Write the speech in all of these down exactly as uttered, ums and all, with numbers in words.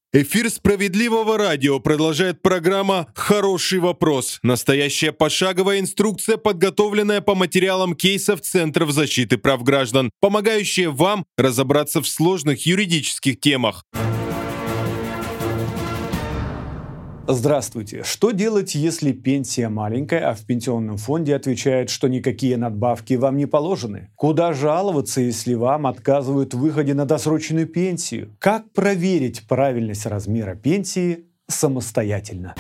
Эфир «Справедливого радио» продолжает программа «Хороший вопрос». Настоящая пошаговая инструкция, подготовленная по материалам кейсов Центров защиты прав граждан, помогающая вам разобраться в сложных юридических темах. Здравствуйте. Что делать, если пенсия маленькая, а в пенсионном фонде отвечают, что никакие надбавки вам не положены? Куда жаловаться, если вам отказывают в выходе на досрочную пенсию? Как проверить правильность размера пенсии самостоятельно?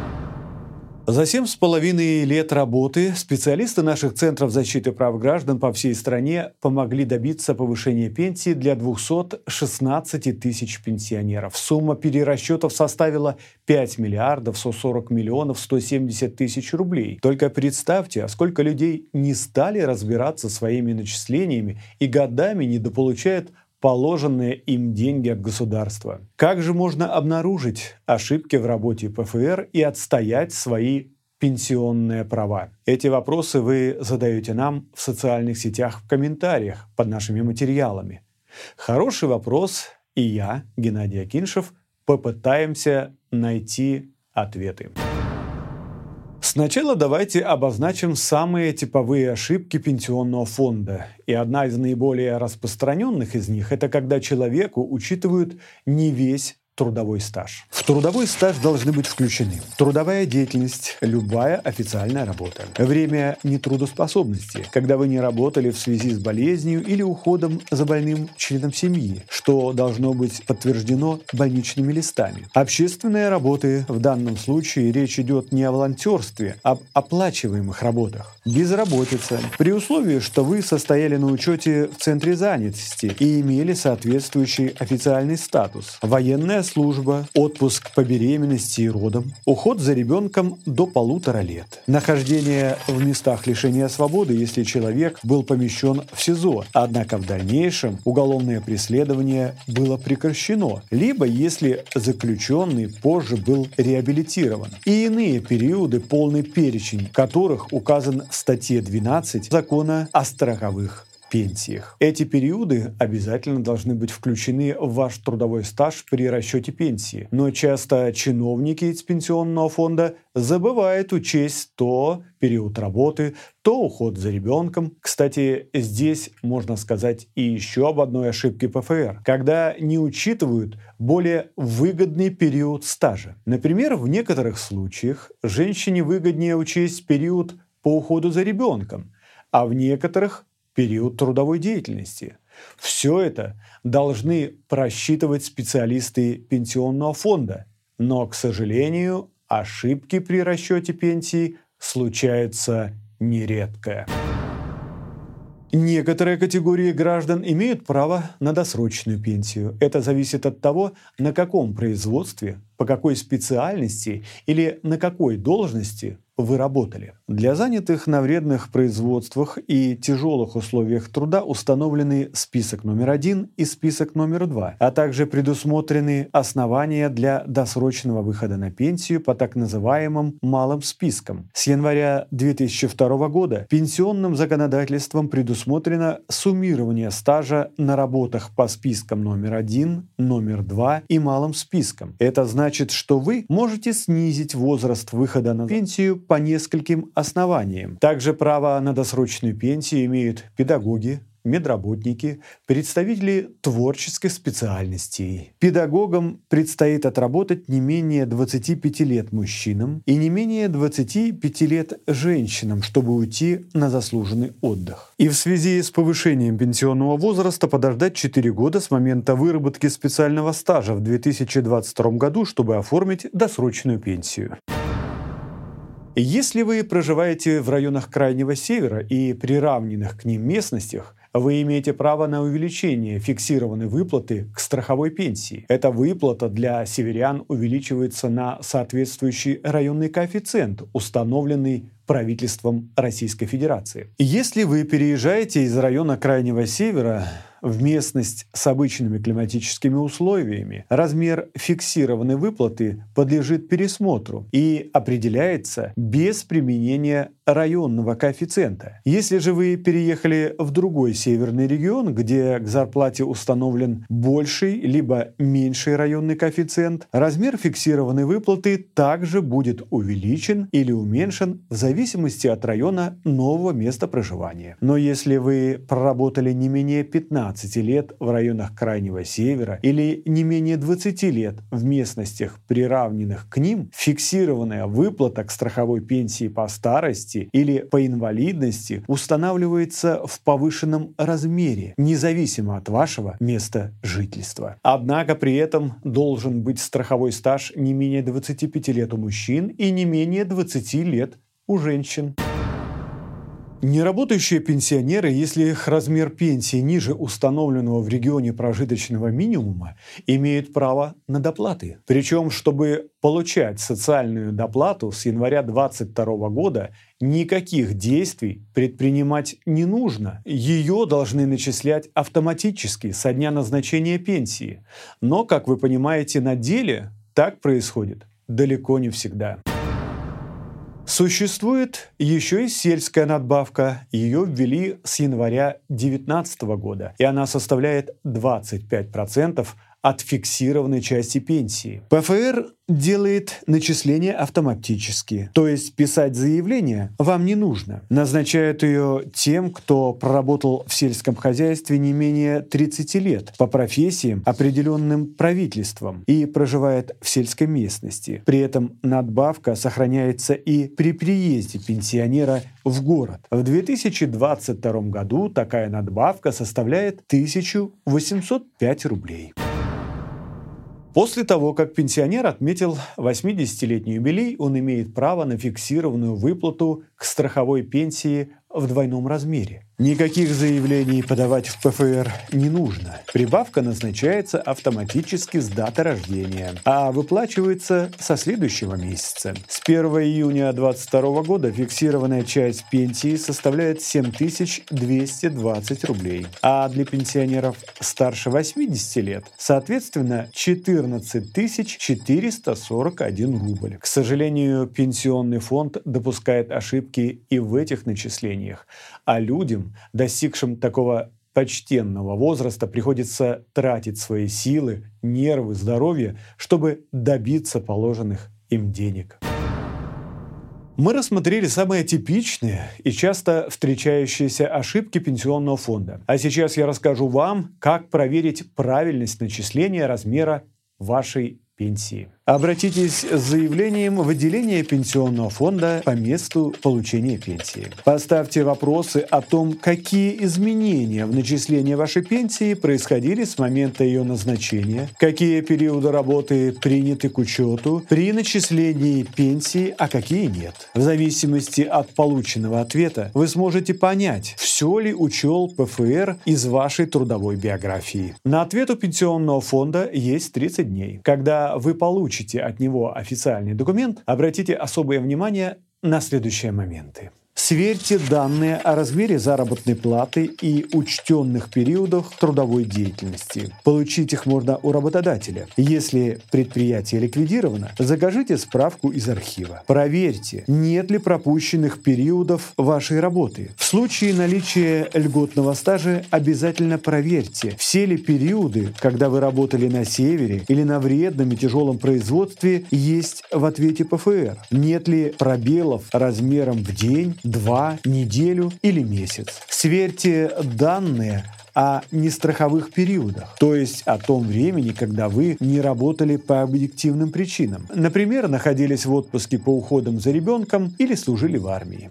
За семь с половиной лет работы специалисты наших Центров защиты прав граждан по всей стране помогли добиться повышения пенсии для двухсот шестнадцати тысяч пенсионеров. Сумма перерасчетов составила пять миллиардов сто сорок миллионов сто семьдесят тысяч рублей. Только представьте, а сколько людей не стали разбираться своими начислениями и годами недополучают положенные им деньги от государства. Как же можно обнаружить ошибки в работе ПФР и отстоять свои пенсионные права? Эти вопросы вы задаете нам в социальных сетях в комментариях под нашими материалами. Хороший вопрос, и я, Геннадий Акиньшев, попытаемся найти ответы. Сначала давайте обозначим самые типовые ошибки пенсионного фонда. И одна из наиболее распространенных из них – это когда человеку учитывают не весь трудовой стаж. В трудовой стаж должны быть включены трудовая деятельность, любая официальная работа, время нетрудоспособности, когда вы не работали в связи с болезнью или уходом за больным членом семьи, что должно быть подтверждено больничными листами. Общественные работы, в данном случае речь идет не о волонтерстве, а об оплачиваемых работах. Безработица, при условии, что вы состояли на учете в Центре занятости и имели соответствующий официальный статус. Военная служба, отпуск по беременности и родам, уход за ребенком до полутора лет, нахождение в местах лишения свободы, если человек был помещен в СИЗО, однако в дальнейшем уголовное преследование было прекращено, либо если заключенный позже был реабилитирован, и иные периоды, полный перечень которых указан в статье двенадцать Закона о страховых пенсиях. Эти периоды обязательно должны быть включены в ваш трудовой стаж при расчете пенсии. Но часто чиновники из пенсионного фонда забывают учесть то период работы, то уход за ребенком. Кстати, здесь можно сказать и еще об одной ошибке ПФР, когда не учитывают более выгодный период стажа. Например, в некоторых случаях женщине выгоднее учесть период по уходу за ребенком, а в некоторых период трудовой деятельности. Все это должны просчитывать специалисты пенсионного фонда, но, к сожалению, ошибки при расчете пенсии случаются нередко. Некоторые категории граждан имеют право на досрочную пенсию. Это зависит от того, на каком производстве, по какой специальности или на какой должности вы работали. Для занятых на вредных производствах и тяжелых условиях труда установлены список номер один и список номер два, а также предусмотрены основания для досрочного выхода на пенсию по так называемым малым спискам. С января две тысячи второго года пенсионным законодательством предусмотрено суммирование стажа на работах по спискам номер один, номер два и малым спискам. Это значит, что вы можете снизить возраст выхода на пенсию по нескольким основаниям. Также право на досрочную пенсию имеют педагоги, медработники, представители творческих специальностей. Педагогам предстоит отработать не менее двадцати пяти лет мужчинам и не менее двадцати пяти лет женщинам, чтобы уйти на заслуженный отдых. И в связи с повышением пенсионного возраста подождать четыре года с момента выработки специального стажа в две тысячи двадцать втором году, чтобы оформить досрочную пенсию. Если вы проживаете в районах Крайнего Севера и приравненных к ним местностях, вы имеете право на увеличение фиксированной выплаты к страховой пенсии. Эта выплата для северян увеличивается на соответствующий районный коэффициент, установленный правительством Российской Федерации. Если вы переезжаете из района Крайнего Севера в местность с обычными климатическими условиями, размер фиксированной выплаты подлежит пересмотру и определяется без применения районного коэффициента. Если же вы переехали в другой северный регион, где к зарплате установлен больший либо меньший районный коэффициент, размер фиксированной выплаты также будет увеличен или уменьшен в зависимости от района нового места проживания. Но если вы проработали не менее пятнадцати лет в районах Крайнего Севера или не менее двадцати лет в местностях, приравненных к ним, фиксированная выплата к страховой пенсии по старости или по инвалидности устанавливается в повышенном размере, независимо от вашего места жительства. Однако при этом должен быть страховой стаж не менее двадцати пяти лет у мужчин и не менее двадцати лет у женщин. Неработающие пенсионеры, если их размер пенсии ниже установленного в регионе прожиточного минимума, имеют право на доплаты. Причем, чтобы получать социальную доплату с января две тысячи двадцать второго года, никаких действий предпринимать не нужно. Ее должны начислять автоматически со дня назначения пенсии. Но, как вы понимаете, на деле так происходит далеко не всегда. Существует еще и сельская надбавка. Ее ввели с января две тысячи девятнадцатого года, и она составляет двадцать пять процентов от фиксированной части пенсии. ПФР делает начисление автоматически, то есть писать заявление вам не нужно. Назначают ее тем, кто проработал в сельском хозяйстве не менее тридцати лет по профессиям, определенным правительством, и проживает в сельской местности. При этом надбавка сохраняется и при приезде пенсионера в город. В две тысячи двадцать втором году такая надбавка составляет тысячу восемьсот пять рублей. После того, как пенсионер отметил восьмидесятилетний юбилей, он имеет право на фиксированную выплату к страховой пенсии в двойном размере. Никаких заявлений подавать в ПФР не нужно. Прибавка назначается автоматически с даты рождения, а выплачивается со следующего месяца. С первого июня две тысячи двадцать второго года фиксированная часть пенсии составляет семь тысяч двести двадцать рублей, а для пенсионеров старше восьмидесяти лет, соответственно, четырнадцать тысяч четыреста сорок один рубль. К сожалению, пенсионный фонд допускает ошибки и в этих начислениях, а людям, достигшим такого почтенного возраста, приходится тратить свои силы, нервы, здоровье, чтобы добиться положенных им денег. Мы рассмотрели самые типичные и часто встречающиеся ошибки пенсионного фонда. А сейчас я расскажу вам, как проверить правильность начисления размера вашей пенсии. Обратитесь с заявлением в отделение пенсионного фонда по месту получения пенсии. Поставьте вопросы о том, какие изменения в начислении вашей пенсии происходили с момента ее назначения, какие периоды работы приняты к учету при начислении пенсии, а какие нет. В зависимости от полученного ответа вы сможете понять, все ли учел ПФР из вашей трудовой биографии. На ответ у пенсионного фонда есть тридцать дней. Когда вы получите от него официальный документ, обратите особое внимание на следующие моменты. Сверьте данные о размере заработной платы и учтенных периодах трудовой деятельности. Получить их можно у работодателя. Если предприятие ликвидировано, закажите справку из архива. Проверьте, нет ли пропущенных периодов вашей работы. В случае наличия льготного стажа обязательно проверьте, все ли периоды, когда вы работали на севере или на вредном и тяжелом производстве, есть в ответе ПФР. Нет ли пробелов размером в день, два, неделю или месяц. Сверьте данные о нестраховых периодах, то есть о том времени, когда вы не работали по объективным причинам. Например, находились в отпуске по уходам за ребенком или служили в армии.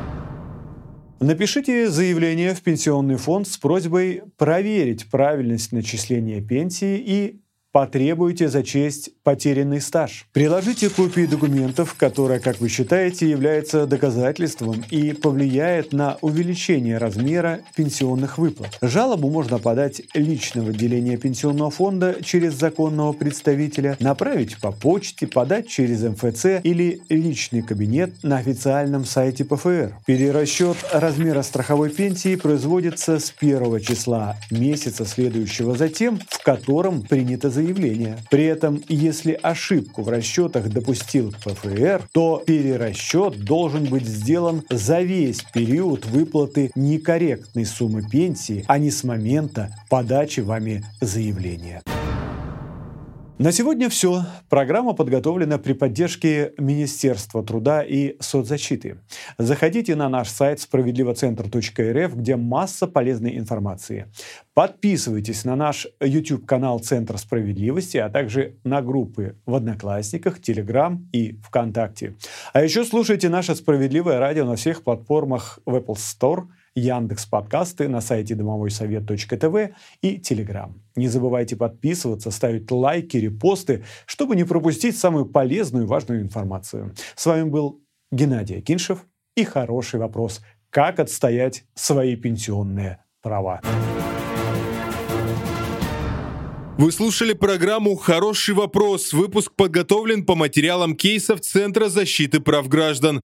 Напишите заявление в пенсионный фонд с просьбой проверить правильность начисления пенсии и потребуйте зачесть потерянный стаж. Приложите копии документов, которые, как вы считаете, являются доказательством и повлияет на увеличение размера пенсионных выплат. Жалобу можно подать лично в отделение пенсионного фонда через законного представителя, направить по почте, подать через эм эф цэ или личный кабинет на официальном сайте пэ эф эр. Перерасчет размера страховой пенсии производится с первого числа месяца, следующего за тем, в котором принято заявление. При этом, если ошибку в расчетах допустил пэ эф эр, то перерасчет должен быть сделан за весь период выплаты некорректной суммы пенсии, а не с момента подачи вами заявления. На сегодня все. Программа подготовлена при поддержке Министерства труда и соцзащиты. Заходите на наш сайт справедливо центр точка эр эф, где масса полезной информации. Подписывайтесь на наш YouTube-канал «Центр справедливости», а также на группы в Одноклассниках, Телеграм и ВКонтакте. А еще слушайте наше «Справедливое радио» на всех платформах в Apple Store, Яндекс.Подкасты, на сайте домовой совет точка тэ вэ и Телеграм. Не забывайте подписываться, ставить лайки, репосты, чтобы не пропустить самую полезную и важную информацию. С вами был Геннадий Акиньшев и «Хороший вопрос». Как отстоять свои пенсионные права? Вы слушали программу «Хороший вопрос». Выпуск подготовлен по материалам кейсов Центра защиты прав граждан.